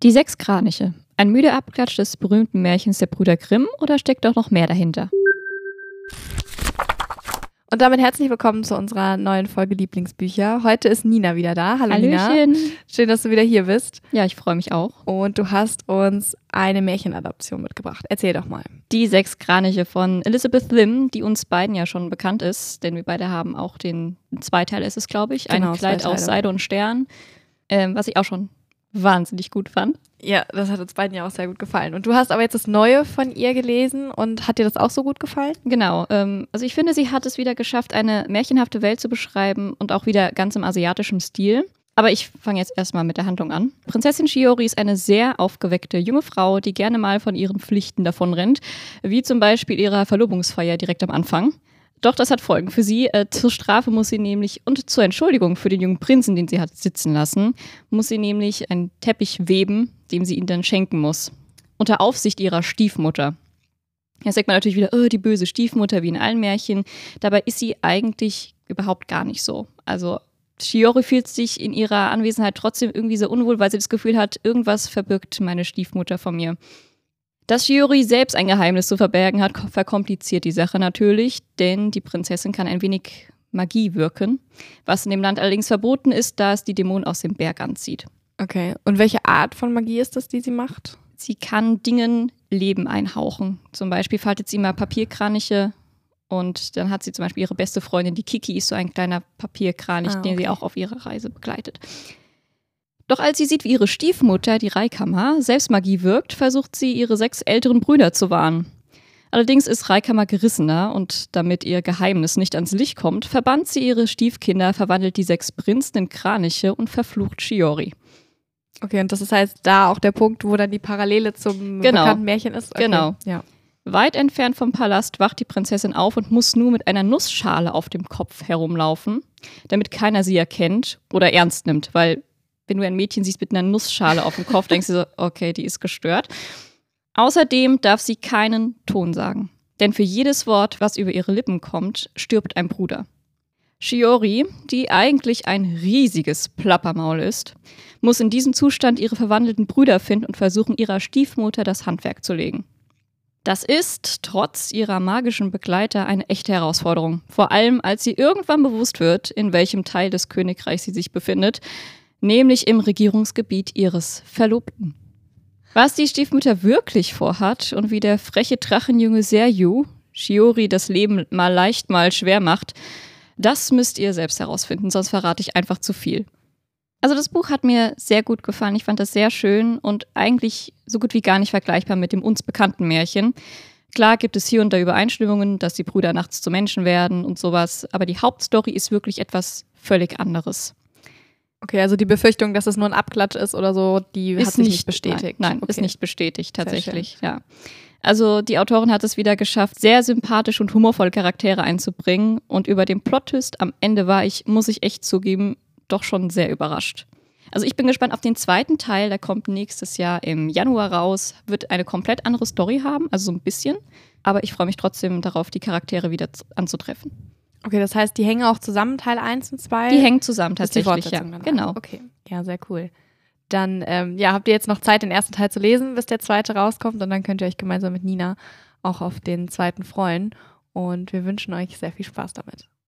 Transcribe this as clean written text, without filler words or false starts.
Die 6 Kraniche. Ein müder Abklatsch des berühmten Märchens der Brüder Grimm oder steckt doch noch mehr dahinter? Und damit herzlich willkommen zu unserer neuen Folge Lieblingsbücher. Heute ist Nina wieder da. Hallo Hallöchen. Nina. Schön, dass du wieder hier bist. Ja, ich freue mich auch. Und du hast uns eine Märchenadaption mitgebracht. Erzähl doch mal. Die 6 Kraniche von Elizabeth Lim, die uns beiden ja schon bekannt ist, denn wir beide haben auch den Zweiteil ist es, glaube ich, Genau, ein Kleid aus Seide und Stern, was ich auch schon wahnsinnig gut fand. Ja, das hat uns beiden ja auch sehr gut gefallen. Und du hast aber jetzt das Neue von ihr gelesen und hat dir das auch so gut gefallen? Genau, also ich finde, sie hat es wieder geschafft, eine märchenhafte Welt zu beschreiben und auch wieder ganz im asiatischen Stil. Aber ich fange jetzt erstmal mit der Handlung an. Prinzessin Shiori ist eine sehr aufgeweckte junge Frau, die gerne mal von ihren Pflichten davonrennt, wie zum Beispiel ihrer Verlobungsfeier direkt am Anfang. Doch das hat Folgen für sie. Zur Strafe muss sie nämlich, und zur Entschuldigung für den jungen Prinzen, den sie hat sitzen lassen, muss sie nämlich einen Teppich weben, dem sie ihn dann schenken muss. Unter Aufsicht ihrer Stiefmutter. Jetzt sagt man natürlich wieder, oh, die böse Stiefmutter, wie in allen Märchen. Dabei ist sie eigentlich überhaupt gar nicht so. Also Shiori fühlt sich in ihrer Anwesenheit trotzdem irgendwie so unwohl, weil sie das Gefühl hat, irgendwas verbirgt meine Stiefmutter von mir. Dass Shiori selbst ein Geheimnis zu verbergen hat, verkompliziert die Sache natürlich, denn die Prinzessin kann ein wenig Magie wirken, was in dem Land allerdings verboten ist, da es die Dämonen aus dem Berg anzieht. Okay, und welche Art von Magie ist das, die sie macht? Sie kann Dingen Leben einhauchen. Zum Beispiel faltet sie immer Papierkraniche und dann hat sie zum Beispiel ihre beste Freundin, die Kiki, ist so ein kleiner Papierkranich, den sie auch auf ihrer Reise begleitet. Doch als sie sieht, wie ihre Stiefmutter, die Raikamma, selbst Magie wirkt, versucht sie, ihre 6 älteren Brüder zu warnen. Allerdings ist Raikamma gerissener und damit ihr Geheimnis nicht ans Licht kommt, verbannt sie ihre Stiefkinder, verwandelt die 6 Prinzen in Kraniche und verflucht Shiori. Okay, und das ist halt da auch der Punkt, wo dann die Parallele zum bekannten Märchen ist? Okay. Genau. Ja. Weit entfernt vom Palast wacht die Prinzessin auf und muss nur mit einer Nussschale auf dem Kopf herumlaufen, damit keiner sie erkennt oder ernst nimmt, weil wenn du ein Mädchen siehst mit einer Nussschale auf dem Kopf, denkst du so, okay, die ist gestört. Außerdem darf sie keinen Ton sagen. Denn für jedes Wort, was über ihre Lippen kommt, stirbt ein Bruder. Shiori, die eigentlich ein riesiges Plappermaul ist, muss in diesem Zustand ihre verwandelten Brüder finden und versuchen, ihrer Stiefmutter das Handwerk zu legen. Das ist, trotz ihrer magischen Begleiter, eine echte Herausforderung. Vor allem, als sie irgendwann bewusst wird, in welchem Teil des Königreichs sie sich befindet, nämlich im Regierungsgebiet ihres Verlobten. Was die Stiefmutter wirklich vorhat und wie der freche Drachenjunge Seryu Shiori das Leben mal leicht, mal schwer macht, das müsst ihr selbst herausfinden, sonst verrate ich einfach zu viel. Also das Buch hat mir sehr gut gefallen, ich fand das sehr schön und eigentlich so gut wie gar nicht vergleichbar mit dem uns bekannten Märchen. Klar gibt es hier und da Übereinstimmungen, dass die Brüder nachts zu Menschen werden und sowas, aber die Hauptstory ist wirklich etwas völlig anderes. Okay, also die Befürchtung, dass es nur ein Abklatsch ist oder so, die hat sich nicht bestätigt. Nein, okay. Ist nicht bestätigt tatsächlich, ja. Also die Autorin hat es wieder geschafft, sehr sympathisch und humorvolle Charaktere einzubringen und über den Plot-Twist am Ende war ich, muss ich echt zugeben, doch schon sehr überrascht. Also ich bin gespannt auf den zweiten Teil, der kommt nächstes Jahr im Januar raus, wird eine komplett andere Story haben, also so ein bisschen, aber ich freue mich trotzdem darauf, die Charaktere wieder anzutreffen. Okay, das heißt, die hängen auch zusammen, Teil 1 und 2? Die hängen zusammen tatsächlich, ja. Genau. Okay, ja, sehr cool. Dann habt ihr jetzt noch Zeit, den ersten Teil zu lesen, bis der zweite rauskommt und dann könnt ihr euch gemeinsam mit Nina auch auf den zweiten freuen und wir wünschen euch sehr viel Spaß damit.